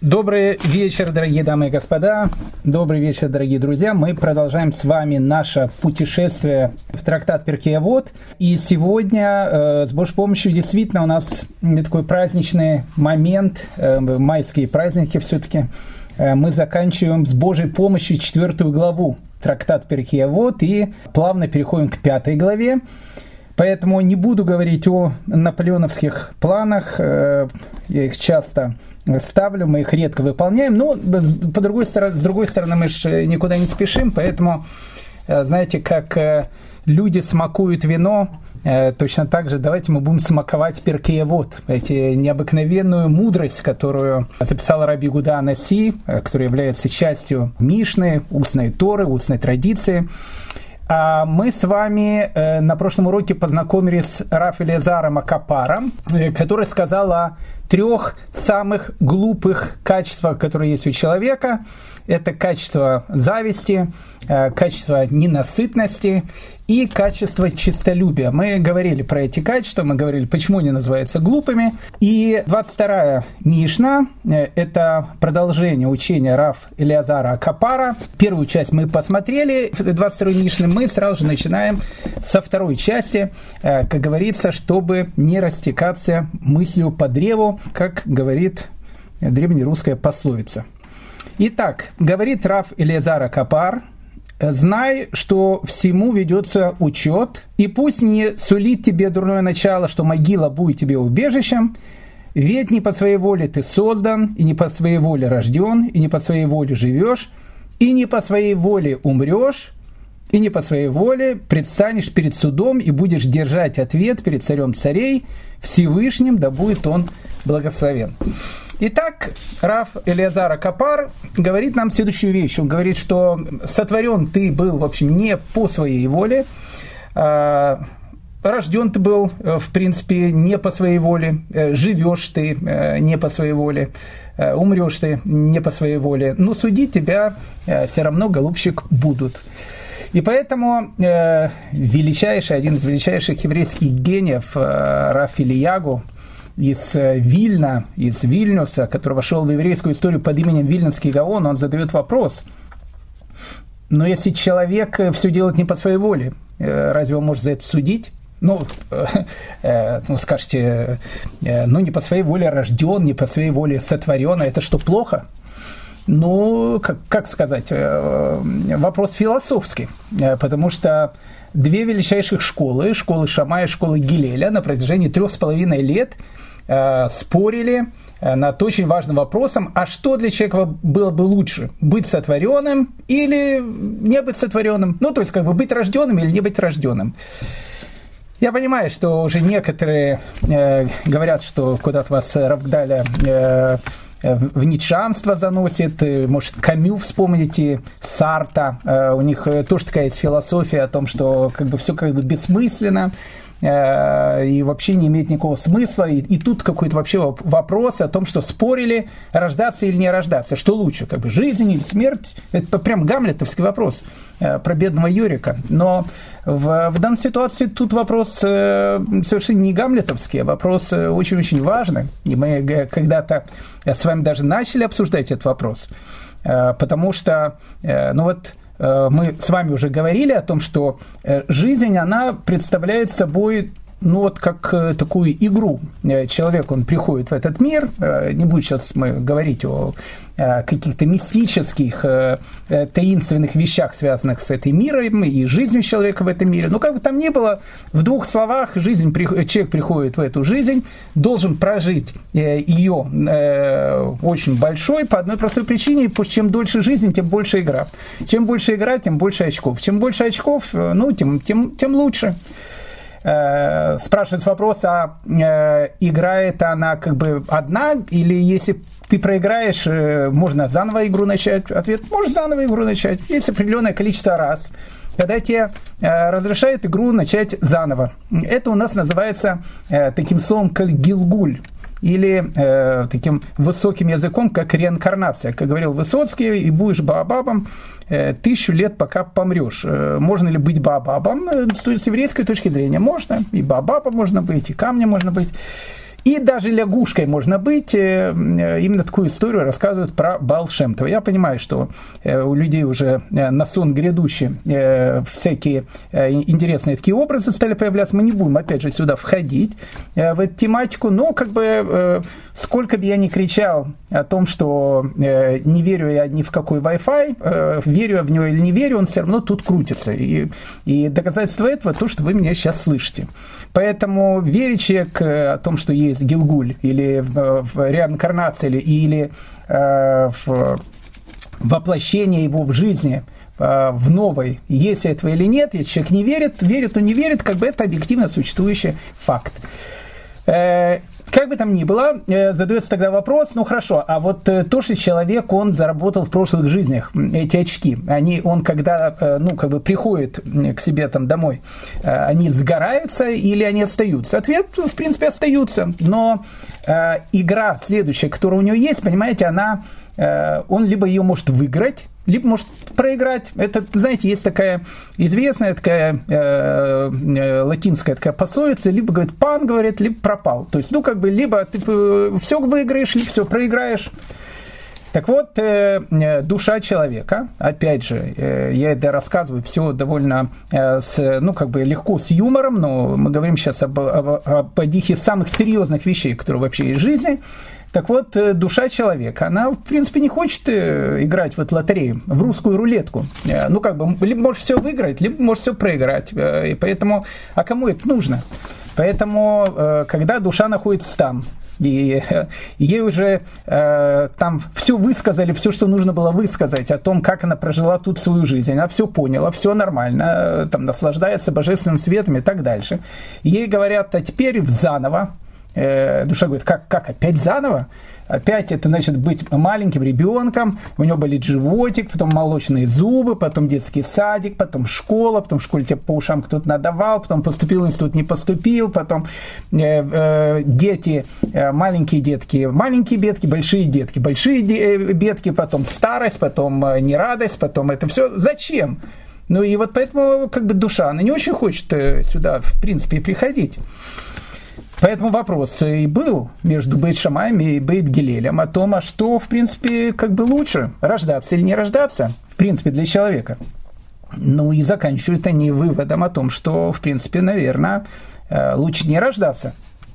Добрый вечер, дорогие дамы и господа. Добрый вечер, дорогие друзья. Мы продолжаем с вами наше путешествие в трактат Перкей Авот. И сегодня, с Божьей помощью, действительно у нас такой праздничный момент, майские праздники все-таки. Мы заканчиваем с Божьей помощью 4 главу трактат Перкей Авот и плавно переходим к 5 главе. Поэтому не буду говорить о наполеоновских планах, я их часто ставлю, мы их редко выполняем, но с другой стороны мы же никуда не спешим, поэтому, знаете, как люди смакуют вино, точно так же давайте мы будем смаковать Перкей Авот, эти необыкновенную мудрость, которую записал Раби Иуда ха-Наси, которая является частью Мишны, устной Торы, устной традиции. А мы с вами на прошлом уроке познакомились с Рав Элиэзаром а-Капаром, который сказал о 3 самых глупых качествах, которые есть у человека. Это качество зависти, качество ненасытности и качество честолюбия. Мы говорили про эти качества, мы говорили, почему они называются глупыми. И 22-я Мишна – это продолжение учения Рав Элиэзара а-Капара. Первую часть мы посмотрели, 22-й Мишны, мы сразу же начинаем со второй части, как говорится, чтобы не растекаться мыслью по древу, как говорит древнерусская пословица. Итак, говорит Рав Элиэзар а-Капар: «Знай, что всему ведется учет, и пусть не сулит тебе дурное начало, что могила будет тебе убежищем, ведь не по своей воле ты создан, и не по своей воле рожден, и не по своей воле живешь, и не по своей воле умрешь, и не по своей воле предстанешь перед судом и будешь держать ответ перед царем царей, Всевышним, да будет он благословен». Итак, Рав Элиэзар а-Капар говорит нам следующую вещь. Он говорит, что сотворен ты был, в общем, не по своей воле, рожден ты был, в принципе, не по своей воле, живешь ты не по своей воле, умрешь ты не по своей воле, но судить тебя все равно, голубчик, будут. И поэтому один из величайших еврейских гениев, Рав Ильягу, из Вильна, из Вильнюса, который вошел в еврейскую историю под именем Вильнюсский Гаон, он задает вопрос: но если человек все делает не по своей воле, разве он может за это судить? Скажете, не по своей воле рожден, не по своей воле сотворен, а это что, плохо? Как сказать, вопрос философский, потому что 2 величайших школы, школы Шамая и школы Гилеля, на протяжении 3,5 лет спорили над очень важным вопросом: а что для человека было бы лучше, быть сотворенным или не быть сотворенным? То есть, быть рожденным или не быть рожденным. Я понимаю, что уже некоторые говорят, что куда-то вас Равгдаля в ницшанство заносит, может, Камю вспомните, Сарта, у них тоже такая есть философия о том, что все бессмысленно и вообще не имеет никакого смысла, и тут какой-то вообще вопрос о том, что спорили, рождаться или не рождаться, что лучше, жизнь или смерть, это прям гамлетовский вопрос про бедного Юрика, но в данной ситуации тут вопрос совершенно не гамлетовский, а вопрос очень-очень важный, и мы когда-то с вами даже начали обсуждать этот вопрос, потому что, мы с вами уже говорили о том, что жизнь, она представляет собой, как такую игру. Человек, он приходит в этот мир, не будет сейчас мы говорить о каких-то мистических, таинственных вещах, связанных с этим миром и жизнью человека в этом мире. Но как бы там ни было, в 2 словах, человек приходит в эту жизнь, должен прожить ее очень большой по одной простой причине: чем дольше жизнь, тем больше игра. Чем больше игра, тем больше очков. Чем больше очков, тем лучше. Спрашивается вопрос, а игра это она одна, или если ты проиграешь, можно заново игру начать? Ответ: можно заново игру начать. Есть определенное количество раз, когда тебе разрешают игру начать заново. Это у нас называется таким словом, как гилгуль. Или таким высоким языком, как реинкарнация. Как говорил Высоцкий, и будешь Баобабом 1000 лет, пока помрешь. Можно ли быть Баобабом? С еврейской точки зрения можно. И Баобабом можно быть, и камнем можно быть. И даже лягушкой можно быть. Именно такую историю рассказывают про Баал Шем Това. Я понимаю, что у людей уже на сон грядущий всякие интересные такие образы стали появляться. Мы не будем, опять же, сюда входить в эту тематику. Но как бы сколько бы я ни кричал о том, что не верю я ни в какой Wi-Fi, верю я в него или не верю, он все равно тут крутится. И доказательство этого то, что вы меня сейчас слышите. Поэтому верить человек о том, что есть Гилгуль или в реинкарнации, или в воплощение его в жизни, в новой, есть этого или нет, если человек не верит, верит, он не верит, как бы это объективно существующий факт. Как бы там ни было, задается тогда вопрос, ну хорошо, а вот то, что человек, он заработал в прошлых жизнях, эти очки, он когда, ну, как бы приходит к себе там домой, они сгораются или они остаются? Ответ, в принципе, остаются, но игра следующая, которая у него есть, понимаете, он либо ее может выиграть, либо может проиграть. Это, знаете, есть такая известная такая латинская такая пословица, либо говорит пан, говорит, либо пропал. То есть, ну, как бы, либо ты все выиграешь, либо все проиграешь. Так вот, душа человека, опять же, я это рассказываю все довольно легко, с юмором, но мы говорим сейчас об одних из самых серьезных вещей, которые вообще есть в жизни. Так вот, душа человека, она, в принципе, не хочет играть в эту лотерею, в русскую рулетку. Ну, как бы, либо можешь все выиграть, либо можешь все проиграть. И поэтому, а кому это нужно? Поэтому, когда душа находится там, и ей уже там все высказали, все, что нужно было высказать о том, как она прожила тут свою жизнь. Она все поняла, все нормально, там, наслаждается божественным светом и так дальше. Ей говорят, а теперь заново. Душа говорит, как опять заново? Опять это значит быть маленьким ребенком, у него болит животик, потом молочные зубы, потом детский садик, потом школа, потом в школе тебе по ушам кто-то надавал, потом поступил в институт, не поступил, потом дети, маленькие бедки, большие бедки, потом старость, потом нерадость, потом это все. Зачем? Ну и вот поэтому как бы душа, она не очень хочет сюда, в принципе, приходить. Поэтому вопрос и был между Бейт Шамаем и Бейт Гилелем о том, а что, в принципе, как бы лучше, рождаться или не рождаться, в принципе, для человека. Ну и заканчивают они выводом о том, что, в принципе, наверное, лучше не рождаться.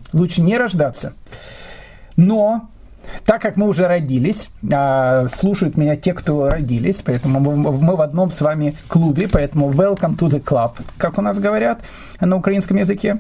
Но так как мы уже родились, слушают меня те, кто родились, поэтому мы в одном с вами клубе, поэтому welcome to the club, как у нас говорят на украинском языке.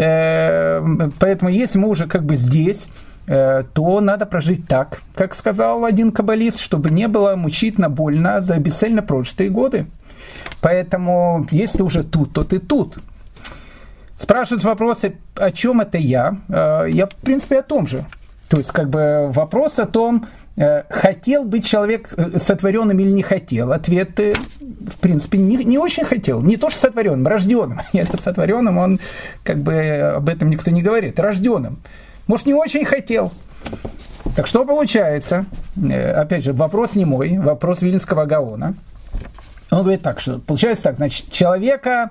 Поэтому если мы уже как бы здесь, то надо прожить так, как сказал один каббалист, чтобы не было мучительно больно за бесцельно прожитые годы. Поэтому если ты уже тут, то ты тут. Спрашивают вопросы, о чем это я? Я, в принципе, о том же. То есть, как бы вопрос о том, хотел быть человек сотворенным или не хотел. Ответ, в принципе, не очень хотел. Не то, что сотворенным, рожденным. Это сотворенным, он, как бы, об этом никто не говорит. Рожденным. Может, не очень хотел. Так что получается? Опять же, вопрос не мой, вопрос Вильнского Гаона. Он говорит так, что получается так, значит, человека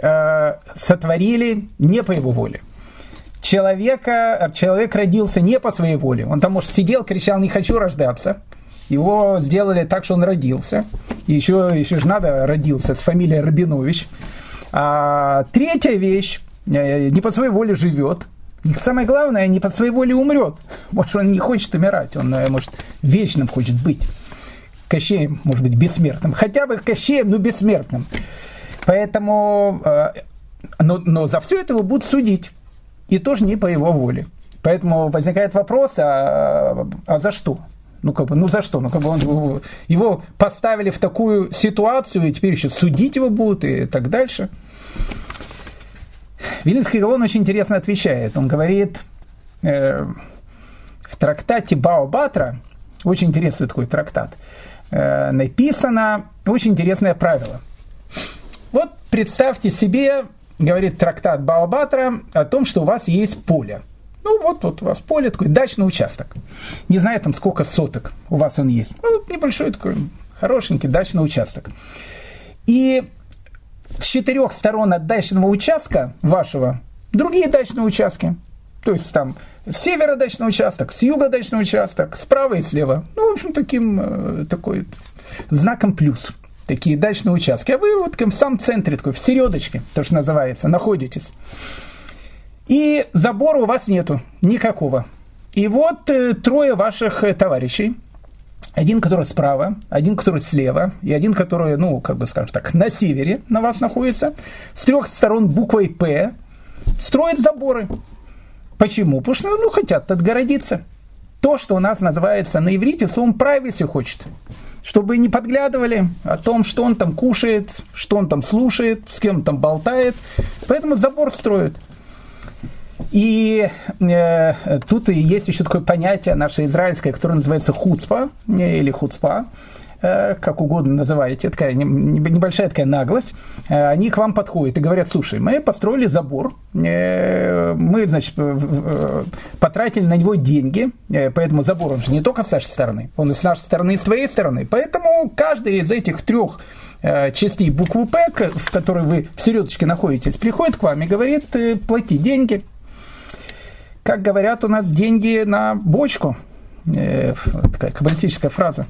сотворили не по его воле. Человек родился не по своей воле. Он там, может, сидел, кричал, не хочу рождаться. Его сделали так, что он родился. И еще же надо родился с фамилией Рабинович. А третья вещь, не по своей воле живет. И самое главное, не по своей воле умрет. Может, он не хочет умирать, он, может, вечным хочет быть. Кощеем, может быть, бессмертным. Хотя бы Кощеем, но бессмертным. Поэтому, но за все это его будут судить. И тоже не по его воле. Поэтому возникает вопрос, а за что? За что? Его поставили в такую ситуацию, и теперь еще судить его будут, и так дальше. Вильнский Гаон очень интересно отвечает. Он говорит, в трактате Бао Батра, очень интересный такой трактат, написано очень интересное правило. Вот представьте себе, говорит трактат Бао Батра о том, что у вас есть поле. Ну, вот у вас поле, такой дачный участок. Не знаю, там сколько соток у вас он есть. Ну, небольшой такой, хорошенький дачный участок. И с 4 сторон от дачного участка вашего другие дачные участки. То есть там с севера дачный участок, с юга дачный участок, справа и слева. Ну, в общем, такой знаком плюс. Такие дачные участки. А вы вот в самом центре, такой, в середочке, то, что называется, находитесь. И забора у вас нету никакого. И вот трое ваших товарищей. Один, который справа, один, который слева, и один, который, скажем так, на севере на вас находится, с трех сторон буквой «П», строят заборы. Почему? Потому что, хотят отгородиться. То, что у нас называется на иврите словом «privacy» хочет. Чтобы не подглядывали о том, что он там кушает, что он там слушает, с кем он там болтает. Поэтому забор строят. И тут есть еще такое понятие наше израильское, которое называется хуцпа, или хуцпа, как угодно называете, такая небольшая такая наглость. Они к вам подходят и говорят: слушай, мы построили забор, мы, значит, потратили на него деньги, поэтому забор, он же не только с нашей стороны, он и с нашей стороны, и с твоей стороны, поэтому каждый из этих трех частей буквы «П», в которой вы в середочке находитесь, приходит к вам и говорит: плати деньги. Как говорят у нас, деньги на бочку. Такая каббалистическая фраза.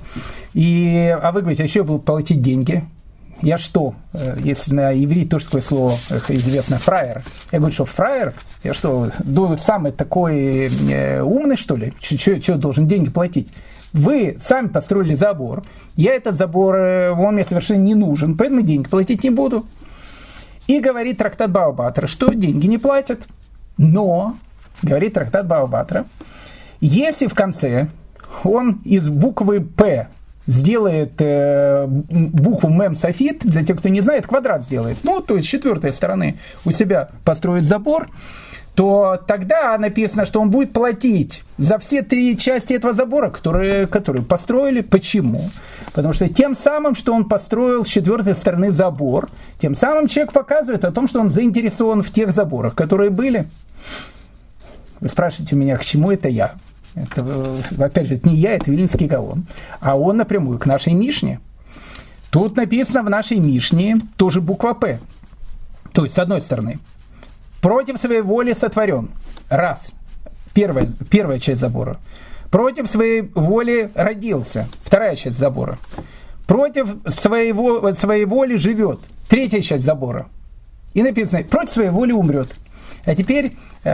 А вы говорите: а еще я буду платить деньги. Я что? Если на иврите тоже такое слово известно, фраер. Я говорю, что фраер? Я что, самый такой умный, что ли? Что должен деньги платить? Вы сами построили забор. Я этот забор, он мне совершенно не нужен, поэтому деньги платить не буду. И говорит трактат Бава Батра, что деньги не платят. Но, говорит трактат Бава Батра, если в конце он из буквы «П» сделает букву «Мем Софит», для тех, кто не знает, квадрат сделает, то есть с четвертой стороны у себя построит забор, то тогда написано, что он будет платить за все три части этого забора, которые построили. Почему? Потому что тем самым, что он построил с четвертой стороны забор, тем самым человек показывает о том, что он заинтересован в тех заборах, которые были. Вы спрашиваете меня, к чему это я? Это, опять же, это не я, это Вильнинский Гаон. А он напрямую к нашей Мишне. Тут написано в нашей Мишне тоже буква «П». То есть, с одной стороны, против своей воли сотворен. Раз. Первая часть забора. Против своей воли родился. Вторая часть забора. Против своей воли живет. Третья часть забора. И написано: против своей воли умрет. А теперь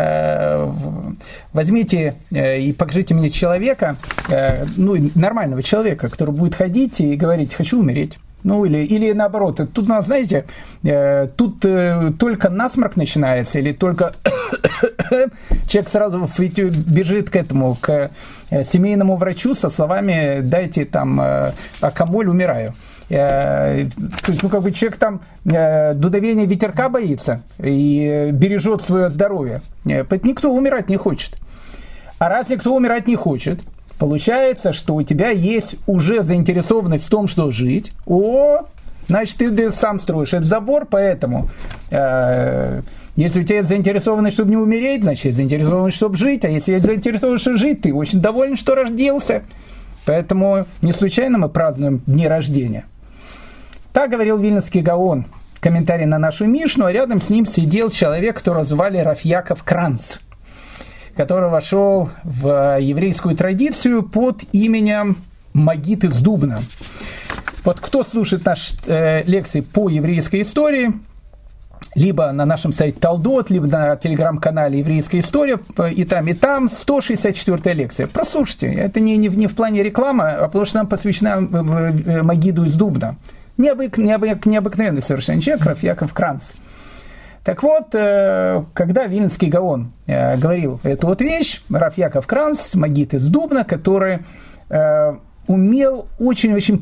возьмите и покажите мне человека, нормального человека, который будет ходить и говорить: хочу умереть. Или наоборот, тут, знаете, тут только насморк начинается, или только человек сразу бежит к семейному врачу со словами: дайте там акамоль, умираю. То есть, человек там дуновения ветерка боится и бережет свое здоровье. Никто умирать не хочет. А раз никто умирать не хочет, получается, что у тебя есть уже заинтересованность в том, что жить. Значит, ты сам строишь этот забор, поэтому если у тебя есть заинтересованность, чтобы не умереть, значит, есть заинтересованность, чтобы жить. А если есть заинтересованность, чтобы жить, ты очень доволен, что родился. Поэтому не случайно мы празднуем дни рождения. Так говорил Вильнинский Гаон, комментарий на нашу Мишну, а рядом с ним сидел человек, которого звали Рав Яков Кранц, который вошел в еврейскую традицию под именем Магид из Дубна. Вот кто слушает наши лекции по еврейской истории, либо на нашем сайте Талдот, либо на телеграм-канале «Еврейская история», и там 164-я лекция. Прослушайте, это не в плане рекламы, а потому что нам посвящена Магиду из Дубна. Необыкновенный совершенно человек, Рав Яков Кранц. Так вот, когда Вильнинский Гаон говорил эту вот вещь, Рав Яков Кранц, Магид из Дубна, который умел очень-очень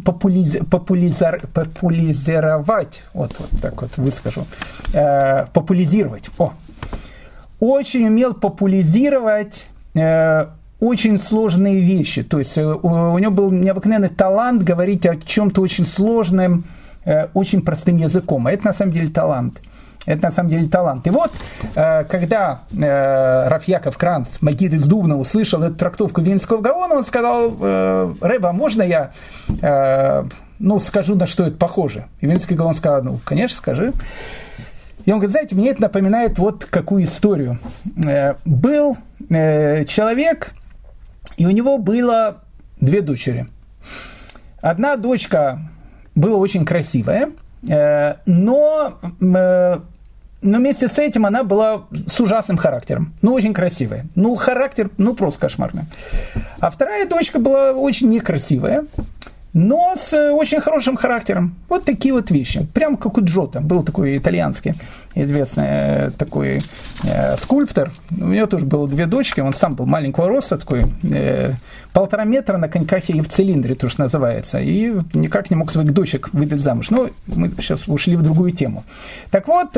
популяризировать, вот так вот выскажу, популяризировать, очень умел популяризировать очень сложные вещи. То есть у него был необыкновенный талант говорить о чем-то очень сложном, очень простым языком. А это на самом деле талант. И вот, когда Рав Яков Кранц, Магид из Дубна, услышал эту трактовку Вильнинского Гаона, он сказал: Рэбе, а можно я скажу, на что это похоже? И Вильнинский Гаон сказал: конечно, скажи. И он говорит, знаете, мне это напоминает вот какую историю. Был человек, и у него было 2 дочери. Одна дочка была очень красивая, но вместе с этим она была с ужасным характером. Очень красивая. Характер, просто кошмарный. А вторая дочка была очень некрасивая, но с очень хорошим характером. Вот такие вот вещи. Прям как у Джотто. Был такой итальянский известный такой скульптор. У него тоже было 2 дочки. Он сам был маленького роста, такой 1,5 метра на коньках и в цилиндре, то, что называется. И никак не мог своих дочек выдать замуж. Но мы сейчас ушли в другую тему. Так вот,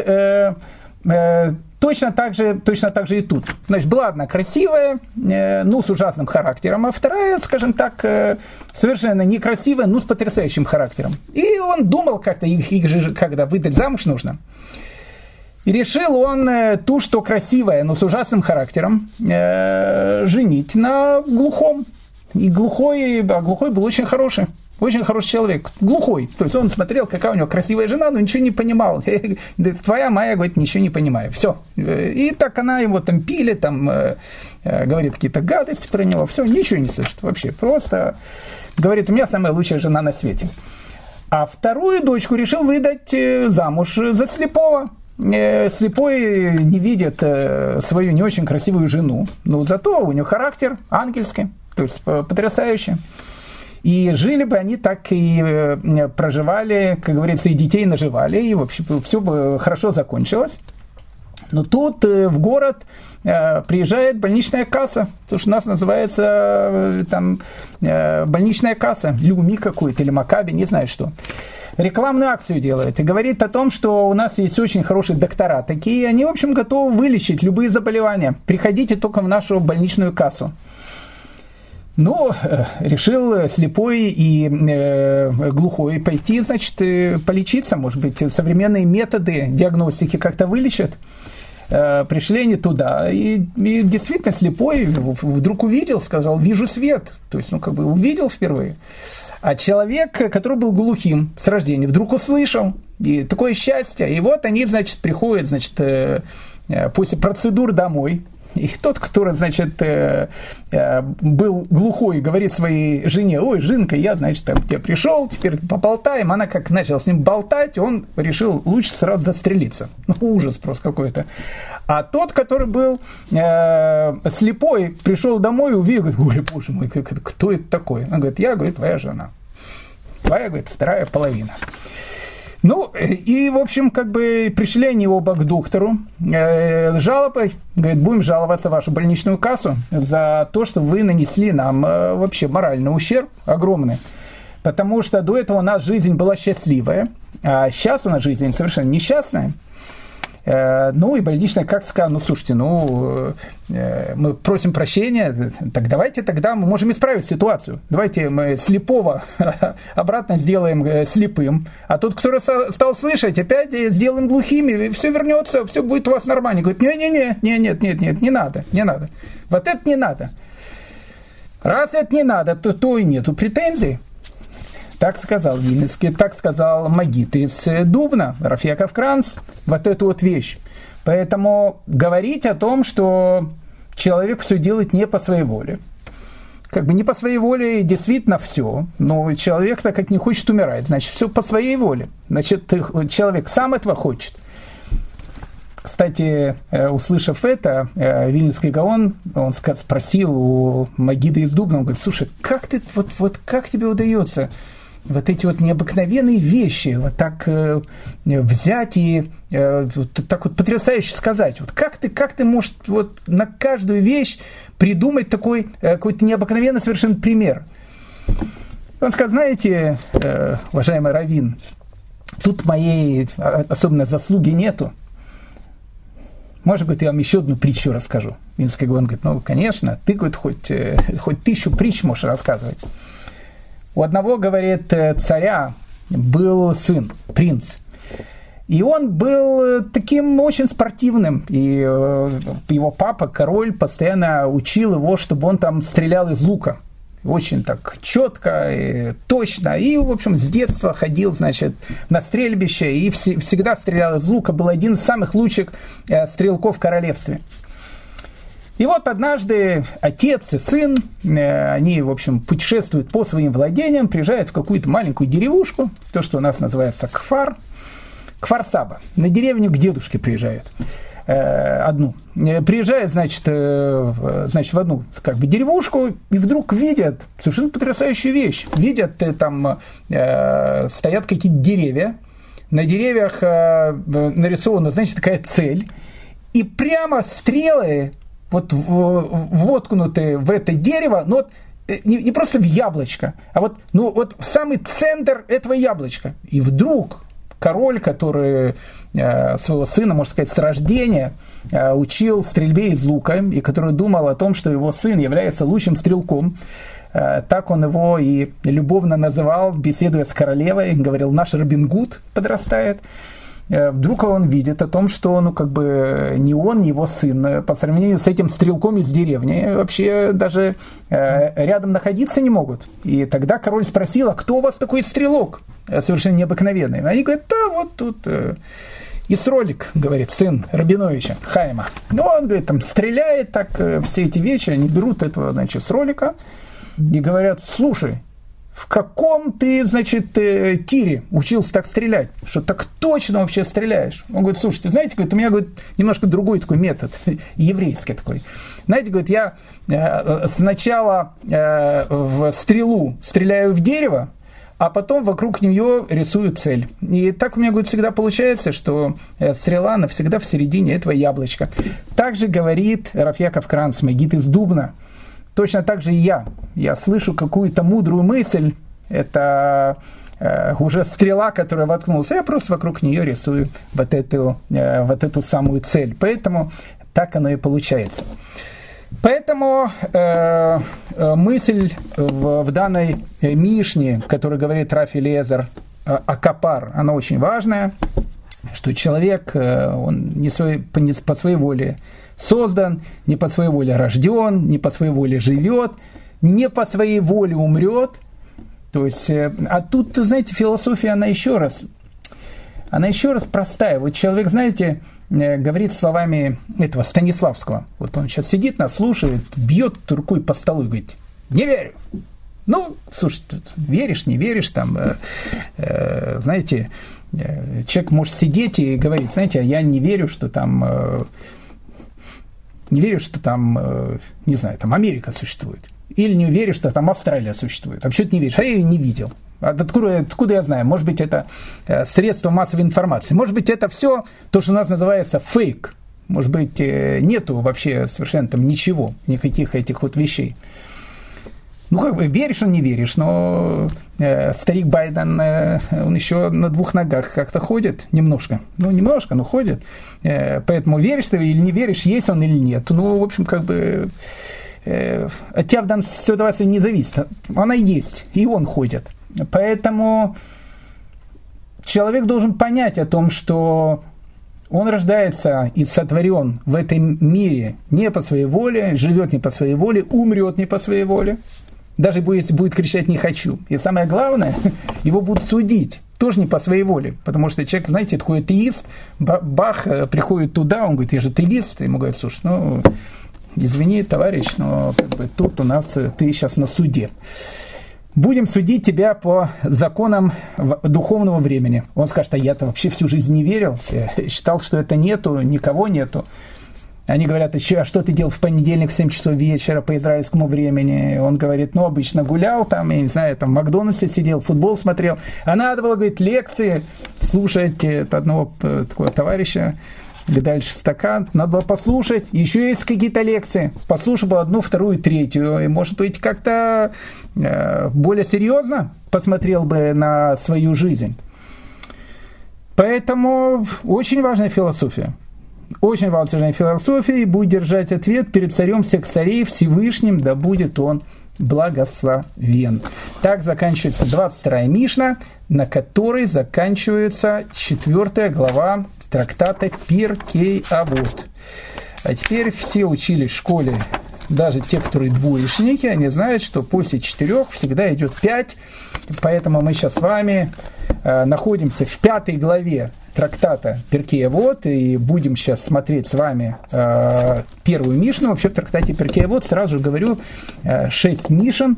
точно так же и тут. Значит, была одна красивая, с ужасным характером, а вторая, скажем так, совершенно некрасивая, с потрясающим характером. И он думал как-то, их же когда выдать замуж нужно. И решил он ту, что красивая, но с ужасным характером, женить на глухом. И глухой был очень хороший. Очень хороший человек, глухой. То есть он смотрел, какая у него красивая жена, но ничего не понимал. Твоя моя, говорит, ничего не понимаю. Все. И так она его там пилит, говорит какие-то гадости про него. Все, ничего не слышит вообще. Просто говорит, у меня самая лучшая жена на свете. А вторую дочку решил выдать замуж за слепого. Слепой не видит свою не очень красивую жену, но зато у него характер ангельский, то есть потрясающий. И жили бы они так и проживали, как говорится, и детей наживали, и, в общем, все бы хорошо закончилось. Но тут в город приезжает больничная касса, то, что у нас называется там больничная касса, Люми какой-то или Макаби, не знаю что. Рекламную акцию делает и говорит о том, что у нас есть очень хорошие доктора такие, они, в общем, готовы вылечить любые заболевания. Приходите только в нашу больничную кассу. Решил слепой и глухой пойти, значит, полечиться, может быть, современные методы диагностики как-то вылечат. Пришли они туда, и действительно слепой вдруг увидел, сказал, вижу свет, то есть, увидел впервые. А человек, который был глухим с рождения, вдруг услышал, и такое счастье, и вот они, значит, приходят, значит, после процедур домой. И тот, который, значит, был глухой, говорит своей жене, ой, Жинка, я, значит, к тебе пришел, теперь поболтаем. Она как начала с ним болтать, он решил лучше сразу застрелиться. Ужас просто какой-то. А тот, который был слепой, пришел домой и увидел, говорит, ой, боже мой, кто это такой? Он говорит, я, говорит, твоя жена. Твоя, говорит, вторая половина. И, в общем, пришли они оба к доктору жалобой, говорит, будем жаловаться в вашу больничную кассу за то, что вы нанесли нам вообще моральный ущерб огромный, потому что до этого у нас жизнь была счастливая, а сейчас у нас жизнь совершенно несчастная. И больничная, как сказала, слушайте, мы просим прощения, так давайте тогда мы можем исправить ситуацию. Давайте мы слепого обратно сделаем слепым, а тот, кто стал слышать, опять сделаем глухими, и все вернется, все будет у вас нормально. Говорит, нет, не надо. Вот это не надо. Раз это не надо, то и нету претензий. Так сказал Вильнюсский, так сказал Магит из Дубна, Рав Яков Кранц, вот эту вот вещь. Поэтому говорить о том, что человек все делает не по своей воле. Не по своей воле действительно все, но человек, так как не хочет умирать, значит, все по своей воле. Значит, человек сам этого хочет. Кстати, услышав это, Вильнюсский Гаон, он спросил у Магида из Дубна, он говорит, слушай, как тебе удается вот эти вот необыкновенные вещи вот так взять и так вот потрясающе сказать. Вот как ты можешь вот на каждую вещь придумать такой какой-то необыкновенный совершенно пример? Он сказал, знаете, уважаемый раввин, тут моей особенно заслуги нету. Может быть, я вам еще одну притчу расскажу. Вильнюсский Гаон говорит, конечно, ты, говорит, хоть 1000 притч можешь рассказывать. У одного, говорит, царя был сын, принц. И он был таким очень спортивным. И его папа, король, постоянно учил его, чтобы он там стрелял из лука. очень так четко и точно. И, в общем, с детства ходил, значит, на стрельбище и всегда стрелял из лука. Был один из самых лучших стрелков в королевстве. И вот однажды отец и сын, они, в общем, путешествуют по своим владениям, приезжают в какую-то маленькую деревушку, то, что у нас называется Кфар-Саба, на деревню к дедушке приезжают. Одну. Приезжает, значит, в одну как бы деревушку, и вдруг видят совершенно потрясающую вещь. Видят, там стоят какие-то деревья, на деревьях нарисована, значит, такая цель, и прямо стрелы вот воткнутые в это дерево, но вот не просто в яблочко, а вот в самый центр этого яблочка. И вдруг король, который своего сына, можно сказать, с рождения учил стрельбе из лука, и который думал о том, что его сын является лучшим стрелком, так он его и любовно называл, беседуя с королевой, говорил: наш Робин Гуд подрастает. Вдруг он видит о том, что ни он, ни его сын по сравнению с этим стрелком из деревни вообще даже рядом находиться не могут. И тогда король спросил: а кто у вас такой стрелок совершенно необыкновенный? Они говорят: да, вот тут Исролик, говорит, сын Рабиновича, Хайма. Ну, он, говорит, там стреляет, так все эти вещи, они берут этого, значит, Исролика и говорят: слушай, в каком ты, значит, тире учился так стрелять? Что так точно вообще стреляешь? Он говорит: слушайте, знаете, говорит, у меня, говорит, немножко другой такой метод, еврейский такой. Знаете, говорит, я сначала в стрелу стреляю в дерево, а потом вокруг нее рисую цель. И так у меня, говорит, всегда получается, что стрела навсегда в середине этого яблочка. Также говорит Рав Яков Кранц, Магид из Дубна. Точно так же и я. Я слышу какую-то мудрую мысль, это уже стрела, которая воткнулась, я просто вокруг нее рисую вот эту самую цель. Поэтому так оно и получается. Поэтому мысль в данной Мишне, которая говорит Рав Элиэзер о капар, она очень важная, что человек, он не по своей воле создан, не по своей воле рожден, не по своей воле живет, не по своей воле умрет. То есть, а тут, знаете, философия, она еще раз простая. Вот человек, знаете, говорит словами этого Станиславского. Вот он сейчас сидит, нас слушает, бьет рукой по столу и говорит: не верю. Ну, слушай, веришь, не веришь, там, знаете, человек может сидеть и говорить: знаете, я не верю, что там, не знаю, там Америка существует. Или не верю, что там Австралия существует. Вообще ты не веришь, а я ее не видел. Откуда я знаю? Может быть, это средство массовой информации. Может быть, это все то, что у нас называется фейк. Может быть, нету вообще совершенно там ничего, никаких этих вот вещей. Ну, как бы, веришь или не веришь, но старик Байден, он еще на двух ногах как-то ходит немножко. Ну, немножко, но ходит. Поэтому веришь ты или не веришь, есть он или нет. Ну, в общем, как бы от тебя в данной ситуации не зависит. Она есть, и он ходит. Поэтому человек должен понять о том, что он рождается и сотворен в этом мире не по своей воле, живет не по своей воле, умрет не по своей воле. Даже если будет кричать «не хочу». И самое главное, его будут судить тоже не по своей воле. Потому что человек, знаете, такой атеист, бах, приходит туда, он говорит: я же атеист. Ему говорят: слушай, ну, извини, товарищ, но как бы тут у нас ты сейчас на суде. Будем судить тебя по законам духовного времени. Он скажет: а я-то вообще всю жизнь не верил, я считал, что это нету, никого нету. Они говорят: а что ты делал в понедельник в 7 часов вечера по израильскому времени? Он говорит: ну, обычно гулял там, я не знаю, там в Макдональдсе сидел, футбол смотрел. А надо было, говорит, лекции слушать от одного такого товарища, дальше стакан, надо было послушать. Еще есть какие-то лекции. Послушал бы одну, вторую, третью. И, может быть, как-то более серьезно посмотрел бы на свою жизнь. Поэтому очень важная философия. Очень важная философия, и будет держать ответ перед царем всех царей, Всевышним, да будет он благословен. Так заканчивается 22-я Мишна, на которой заканчивается 4 глава трактата Пиркей Авот. А теперь все учились в школе даже те, которые двоечники, они знают, что после 4 всегда идет 5. Поэтому мы сейчас с вами находимся в 5 главе трактата Перкей Авот, и будем сейчас смотреть с вами первую Мишну. Вообще в трактате Перкей Авот, сразу же говорю, 6 Мишен,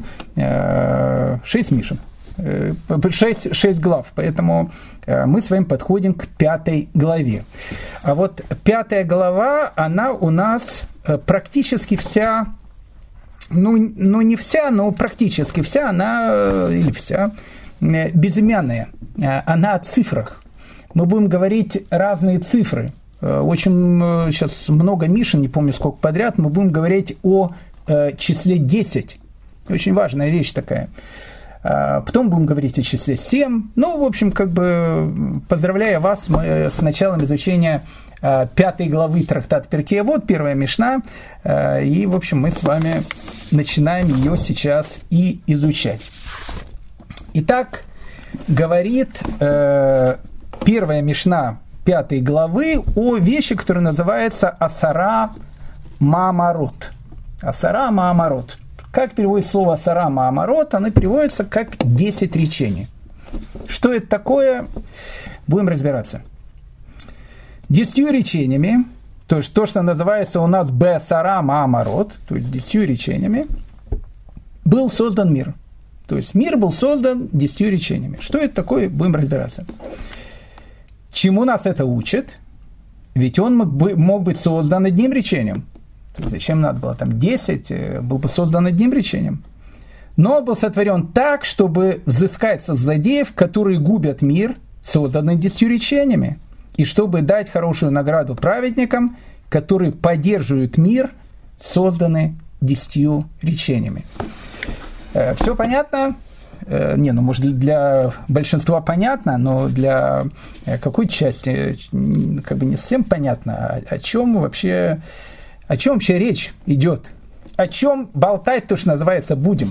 6 глав, поэтому мы с вами подходим к 5 главе. А вот 5 глава, она у нас практически вся, ну не вся, но практически вся, она, или вся, безымянная, она о цифрах. Мы будем говорить разные цифры. Очень сейчас много Мишен, не помню сколько подряд, мы будем говорить о числе 10. Очень важная вещь такая. Потом будем говорить о числе 7. Ну, в общем, как бы поздравляю вас с началом изучения 5 главы трактата Перкей Авот, первая Мишна. И, в общем, мы с вами начинаем ее сейчас и изучать. Итак, говорит первая Мишна 5 главы о вещи, которая называется Асара Маамарот. Асара Маамарот. Как переводится слово Асара Маамарот? Оно переводится как 10 речений. Что это такое? Будем разбираться. 10 речениями, то есть то, что называется у нас Беасара Маамарот, то есть 10 речениями, был создан мир. То есть мир был создан 10 речениями. Что это такое? Будем разбираться. Чему нас это учит? Ведь он мог быть создан одним речением. Зачем надо было там 10? Был бы создан одним речением. Но был сотворен так, чтобы взыскать со злодеев, которые губят мир, созданный 10 речениями. И чтобы дать хорошую награду праведникам, которые поддерживают мир, созданный 10 речениями. Все понятно? Не, ну может для большинства понятно, но для какой части как бы не совсем понятно, о чем вообще речь идет, о чем болтать, то, что называется, будем.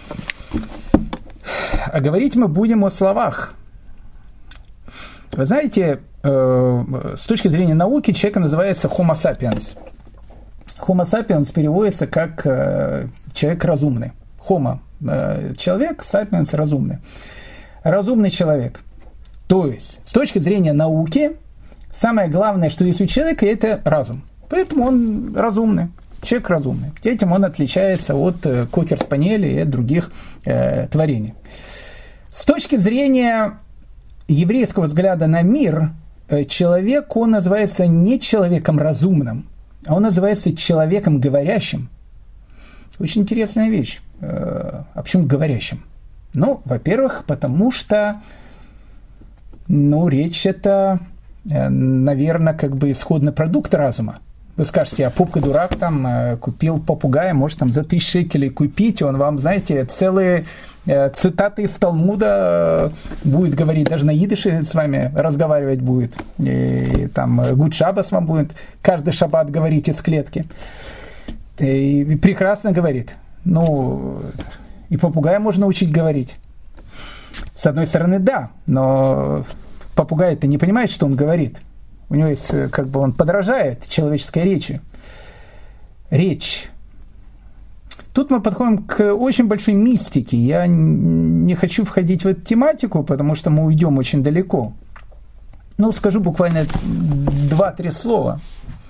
А говорить мы будем о словах. Вы знаете, с точки зрения науки человек называется Homo sapiens. Homo sapiens переводится как человек разумный. Homo человек, sapiens разумный. Разумный человек. То есть, с точки зрения науки, самое главное, что есть у человека, это разум. Поэтому он разумный. Человек разумный. Этим он отличается от кокер-спаниеля и от других творений. С точки зрения еврейского взгляда на мир, человек, он называется не человеком разумным, а он называется человеком говорящим. Очень интересная вещь. А почему говорящим? Ну, во-первых, потому что речь это, наверное, как бы исходный продукт разума. Вы скажете, а Попка дурак там купил попугая, может там за 1000 шекелей купить, он вам, знаете, целые цитаты из Талмуда будет говорить, даже на идыше с вами разговаривать будет, и там Гуд Шаббас вам будет каждый шаббат говорить из клетки. И прекрасно говорит. Ну, и попугая можно учить говорить. С одной стороны, да, но попугай-то не понимает, что он говорит. У него есть, как бы он подражает человеческой речи. Речь. Тут мы подходим к очень большой мистике. Я не хочу входить в эту тематику, потому что мы уйдем очень далеко. Ну, скажу буквально 2-3 слова.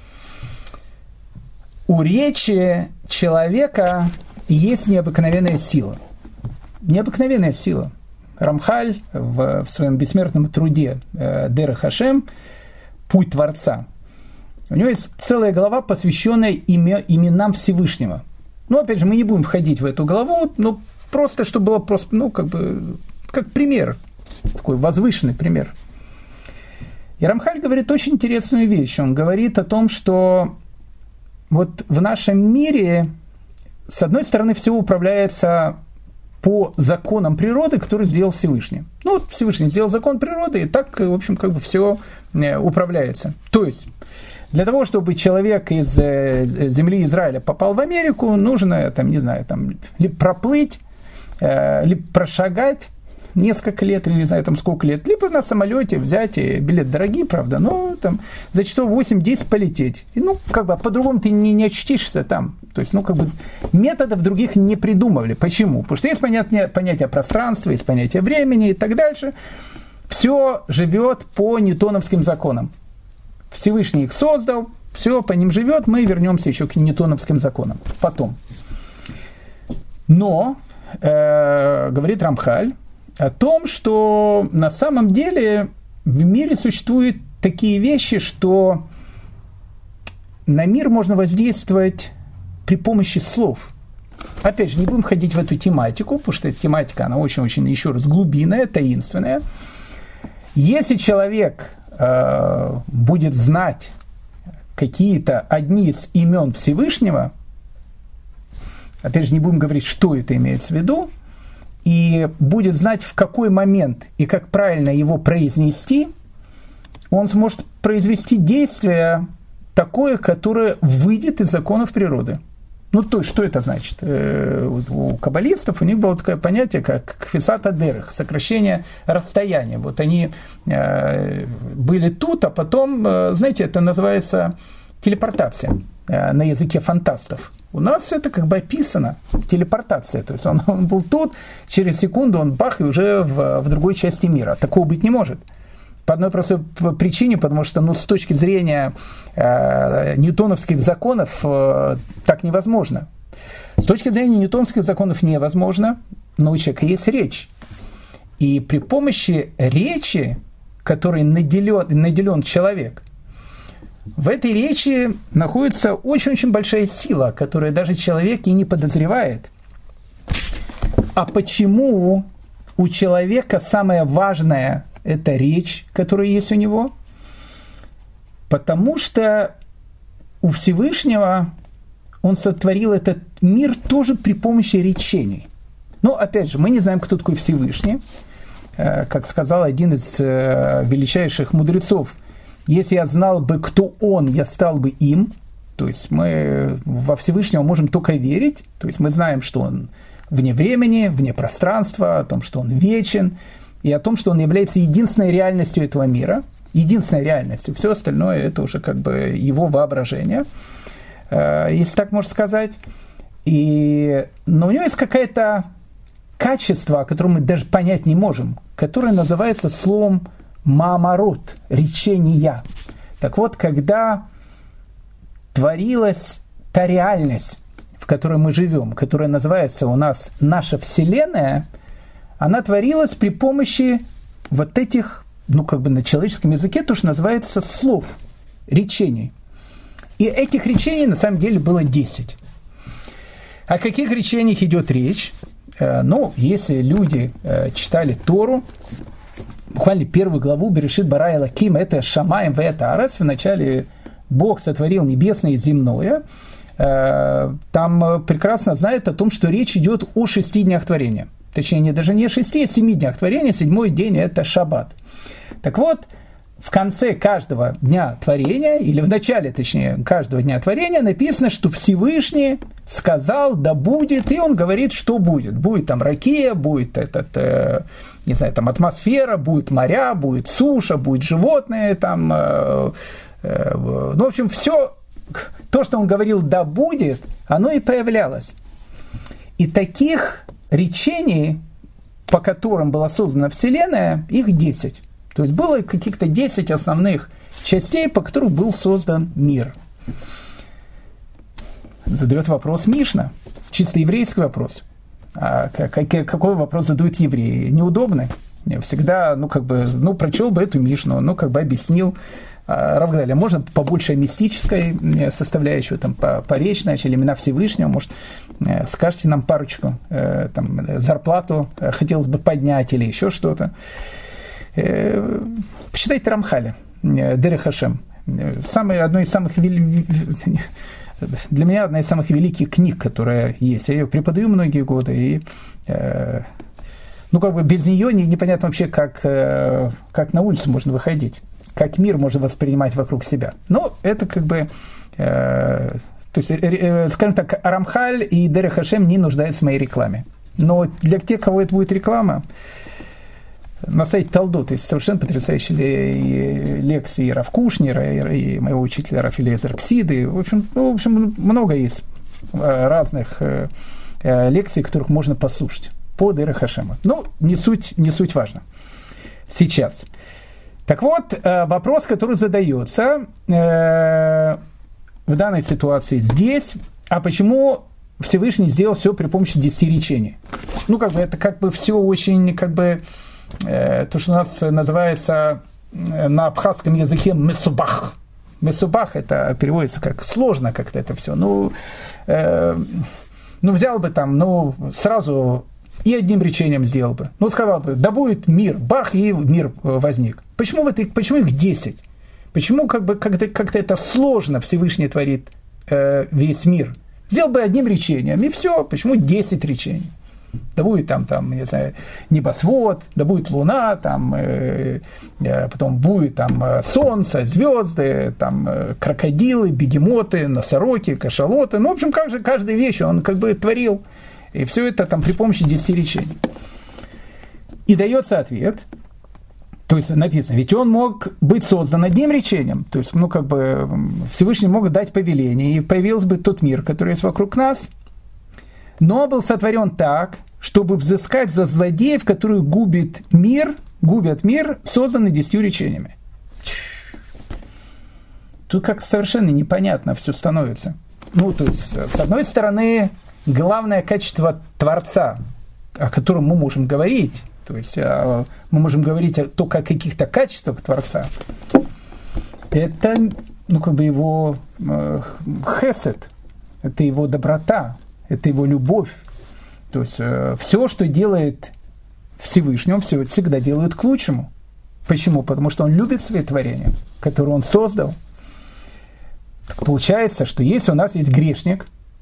У речи человека есть необыкновенная сила. Необыкновенная сила. Рамхаль в своем бессмертном труде Дерех Хашем «Путь Творца». У него есть целая глава, посвященная именам Всевышнего. Ну, опять же, мы не будем входить в эту главу, но просто, чтобы было просто, как пример, такой возвышенный пример. И Рамхаль говорит очень интересную вещь. Он говорит о том, что вот в нашем мире, с одной стороны, все управляется по законам природы, которые сделал Всевышний. Ну, вот Всевышний сделал закон природы, и так, в общем, как бы все управляется. То есть, для того, чтобы человек из земли Израиля попал в Америку, нужно, там, не знаю, там, либо проплыть, либо прошагать, несколько лет, или не знаю, там сколько лет, либо на самолете взять, билет дорогие, правда, но там за часов 8-10 полететь. И, ну, как бы, по-другому ты не очтишься там. То есть, ну, как бы, методов других не придумывали. Почему? Потому что есть понятие пространства, есть понятие времени и так дальше. Все живет по ньютоновским законам. Всевышний их создал, все по ним живет, мы вернемся еще к ньютоновским законам потом. Но, говорит Рамхаль, о том, что на самом деле в мире существуют такие вещи, что на мир можно воздействовать при помощи слов. Опять же, не будем ходить в эту тематику, потому что эта тематика, она очень-очень, еще раз, глубинная, таинственная. Если человек будет знать какие-то одни из имен Всевышнего, опять же, не будем говорить, что это имеется в виду, и будет знать, в какой момент и как правильно его произнести, он сможет произвести действие такое, которое выйдет из законов природы. Ну, то есть, что это значит? У каббалистов у них было такое понятие, как кфисат адерех, сокращение расстояния. Вот они были тут, а потом, знаете, это называется телепортация на языке фантастов. У нас это как бы описано, телепортация. То есть он был тут, через секунду он бах, и уже в другой части мира. Такого быть не может. По одной простой причине, потому что, ну, с точки зрения ньютоновских законов так невозможно. С точки зрения ньютоновских законов невозможно, но у человека есть речь. И при помощи речи, которой наделен человек, в этой речи находится очень-очень большая сила, которую даже человек и не подозревает. А почему у человека самое важное – это речь, которая есть у него? Потому что у Всевышнего он сотворил этот мир тоже при помощи речений. Но, опять же, мы не знаем, кто такой Всевышний. Как сказал один из величайших мудрецов, если я знал бы, кто он, я стал бы им. То есть мы во Всевышнего можем только верить. То есть мы знаем, что он вне времени, вне пространства, о том, что он вечен, и о том, что он является единственной реальностью этого мира. Единственной реальностью. Все остальное – это уже как бы его воображение, если так можно сказать. Но у него есть какое-то качество, о котором мы даже понять не можем, которое называется словом маамарот, речения. Так вот, когда творилась та реальность, в которой мы живем, которая называется у нас наша Вселенная, она творилась при помощи вот этих, ну, как бы на человеческом языке, то, что называется слов, речений. И этих речений на самом деле было 10. О каких речениях идет речь? Ну, если люди читали Тору, буквально первую главу Берешит бара Элоким, это Шамаим ве это Арец, вначале Бог сотворил небесное и земное, там прекрасно знает о том, что речь идет о 6 днях творения. Точнее, даже не 6, а 7 днях творения, 7-й день – это Шаббат. Так вот, в конце каждого дня творения, или в начале, точнее, каждого дня творения написано, что Всевышний сказал, да будет, и он говорит, что будет. Будет там ракия, будет не знаю, там атмосфера, будет моря, будет суша, будет животные, там, ну, в общем, все то, что он говорил, да будет, оно и появлялось. И таких речений, по которым была создана Вселенная, их 10. То есть было каких-то 10 основных частей, по которым был создан мир. Задает вопрос Мишна, чисто еврейский вопрос. А какой вопрос задают евреи? Неудобный. Всегда, прочел бы эту Мишну, объяснил. Рав Гдалия, можно побольше мистической составляющей, там, по речь начали, имена Всевышнего, может, скажете нам парочку, там, зарплату хотелось бы поднять или еще что-то. Почитайте Рамхаля, Дерех Хашем. Одной из самых для меня одна из самых великих книг, которая есть. Я ее преподаю многие годы, и без нее непонятно вообще, как на улицу можно выходить, как мир можно воспринимать вокруг себя. Но это скажем так, Рамхаль и Дерех Хашем не нуждаются в моей рекламе. Но для тех, кого это будет реклама, На сайте Талдот есть совершенно потрясающие лекции Рав Кушнера, и моего учителя Рафаэля Зарксиды. В общем, много есть разных лекций, которых можно послушать по Дерех Хашема. Но не суть важно сейчас. Так вот, вопрос, который задается в данной ситуации здесь, а почему Всевышний сделал все при помощи 10 речений? Это все очень, то, что у нас называется на абхазском языке месубах. Месубах это переводится как сложно как-то это все. Взял бы там, сразу и одним речением сделал бы. Сказал бы, да будет мир, бах, и мир возник. Почему их 10? Почему как-то это сложно Всевышний творит весь мир? Сделал бы одним речением, и все. Почему 10 речений? Да будет там, не знаю, небосвод, да будет луна, потом будет там солнце, звезды, крокодилы, бегемоты, носороги, кашалоты. В общем, как же каждую вещь он творил. И все это при помощи 10 речений. И дается ответ, то есть написано, ведь он мог быть создан одним речением, то есть, Всевышний мог дать повеление, и появился бы тот мир, который есть вокруг нас, но был сотворен так, чтобы взыскать за злодеев, которые губят мир, созданный 10 речениями. Тут совершенно непонятно все становится. То есть, с одной стороны, главное качество Творца, о котором мы можем говорить, то есть мы можем говорить только о каких-то качествах Творца, это его хесед, это его доброта, это его любовь. То есть все, что делает Всевышний, он всегда делает к лучшему. Почему? Потому что он любит свои творения, которые он создал. Так получается, что если у нас есть грешник,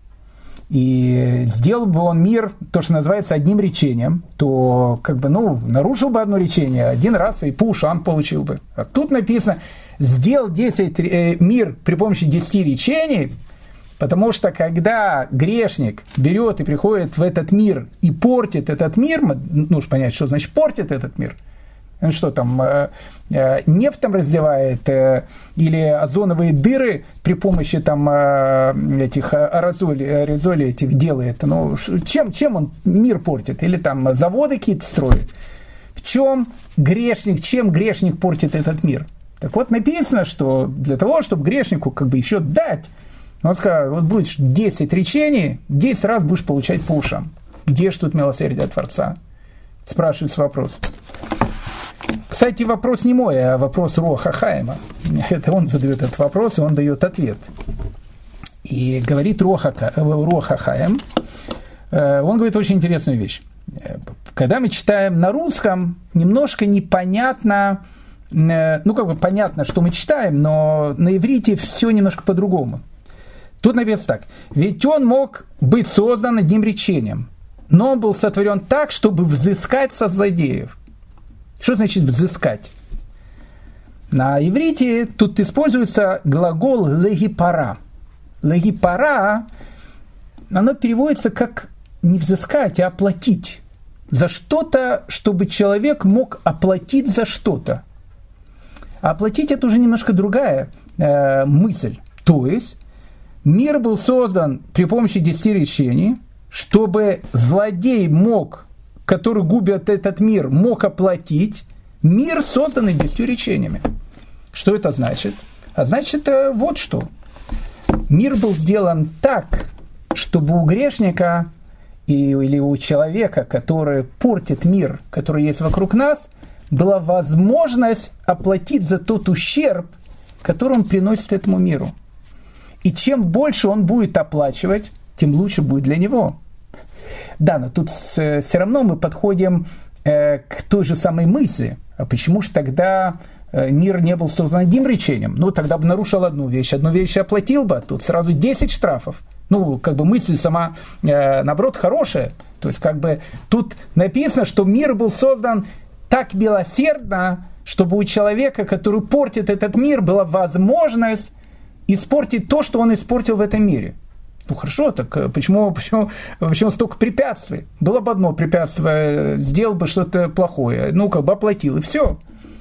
и сделал бы он мир, то, что называется, одним речением, то нарушил бы одно речение, один раз и по ушам получил бы. А тут написано, сделал мир при помощи 10 речений, потому что когда грешник берет и приходит в этот мир и портит этот мир, нужно понять, что значит портит этот мир. Он что там, нефть раздевает или озоновые дыры при помощи этих аэрозолей этих делает? Чем он мир портит? Или заводы какие-то строит? Чем грешник портит этот мир? Так вот написано, что для того, чтобы грешнику еще дать, он сказал, вот будешь 10 речений, 10 раз будешь получать по ушам. Где ж тут милосердие Творца? Спрашивается вопрос. Кстати, вопрос не мой, а вопрос Руаха Хаима. Это он задает этот вопрос, и он дает ответ. И говорит Руаха Хаим, он говорит очень интересную вещь. Когда мы читаем на русском, немножко непонятно, понятно, что мы читаем, но на иврите все немножко по-другому. Тут написано так. Ведь он мог быть создан одним речением, но он был сотворен так, чтобы взыскать со злодеев. Что значит взыскать? На иврите тут используется глагол легипара. Легипара, оно переводится как не взыскать, а оплатить. За что-то, чтобы человек мог оплатить за что-то. А оплатить это уже немножко другая мысль. То есть мир был создан при помощи 10 речений, чтобы злодей который губит этот мир, мог оплатить мир, созданный 10 речениями. Что это значит? А значит, вот что. Мир был сделан так, чтобы у грешника или у человека, который портит мир, который есть вокруг нас, была возможность оплатить за тот ущерб, который он приносит этому миру. И чем больше он будет оплачивать, тем лучше будет для него. Да, но тут все равно мы подходим к той же самой мысли. А почему же тогда мир не был создан одним речением? Тогда бы нарушил одну вещь оплатил бы, а тут сразу 10 штрафов. Мысль сама, наоборот, хорошая. То есть, тут написано, что мир был создан так милосердно, чтобы у человека, который портит этот мир, была возможность испортить то, что он испортил в этом мире. Ну хорошо, так почему столько препятствий? Было бы одно препятствие, сделал бы что-то плохое, оплатил, и все.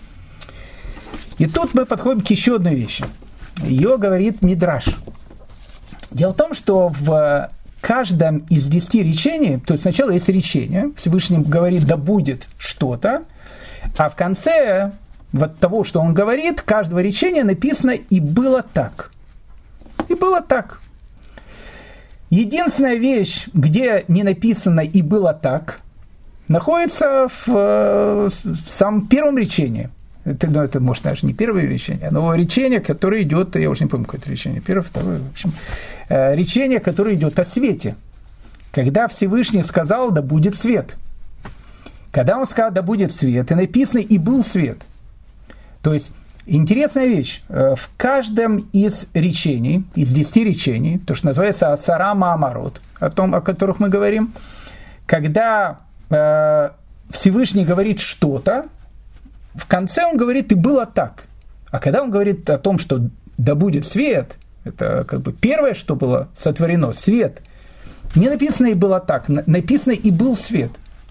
И тут мы подходим к еще одной вещи. Ее говорит Мидраш. Дело в том, что в каждом из 10 речений, то есть сначала есть речение, Всевышний говорит, да будет что-то, а в конце вот того, что он говорит, каждого речения написано «и было так». И было так. Единственная вещь, где не написано «и было так», находится в самом первом речении. Это, может, даже не первое речение, но речение, которое идет, я уже не помню, какое это речение, первое, второе, в общем, речение, которое идет о свете. Когда Всевышний сказал, да будет свет. Когда он сказал, да будет свет, и написано, и был свет. То есть, интересная вещь, в каждом из речений, из 10 речений, то, что называется Асара Маамарот, о том, о которых мы говорим, когда Всевышний говорит что-то, в конце он говорит, и было так. А когда он говорит о том, что да будет свет, это как бы первое, что было сотворено, свет, не написано и было так, написано и был свет.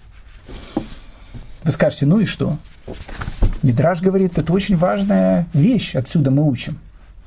Вы скажете, ну и что? Мидраш говорит, это очень важная вещь, отсюда мы учим.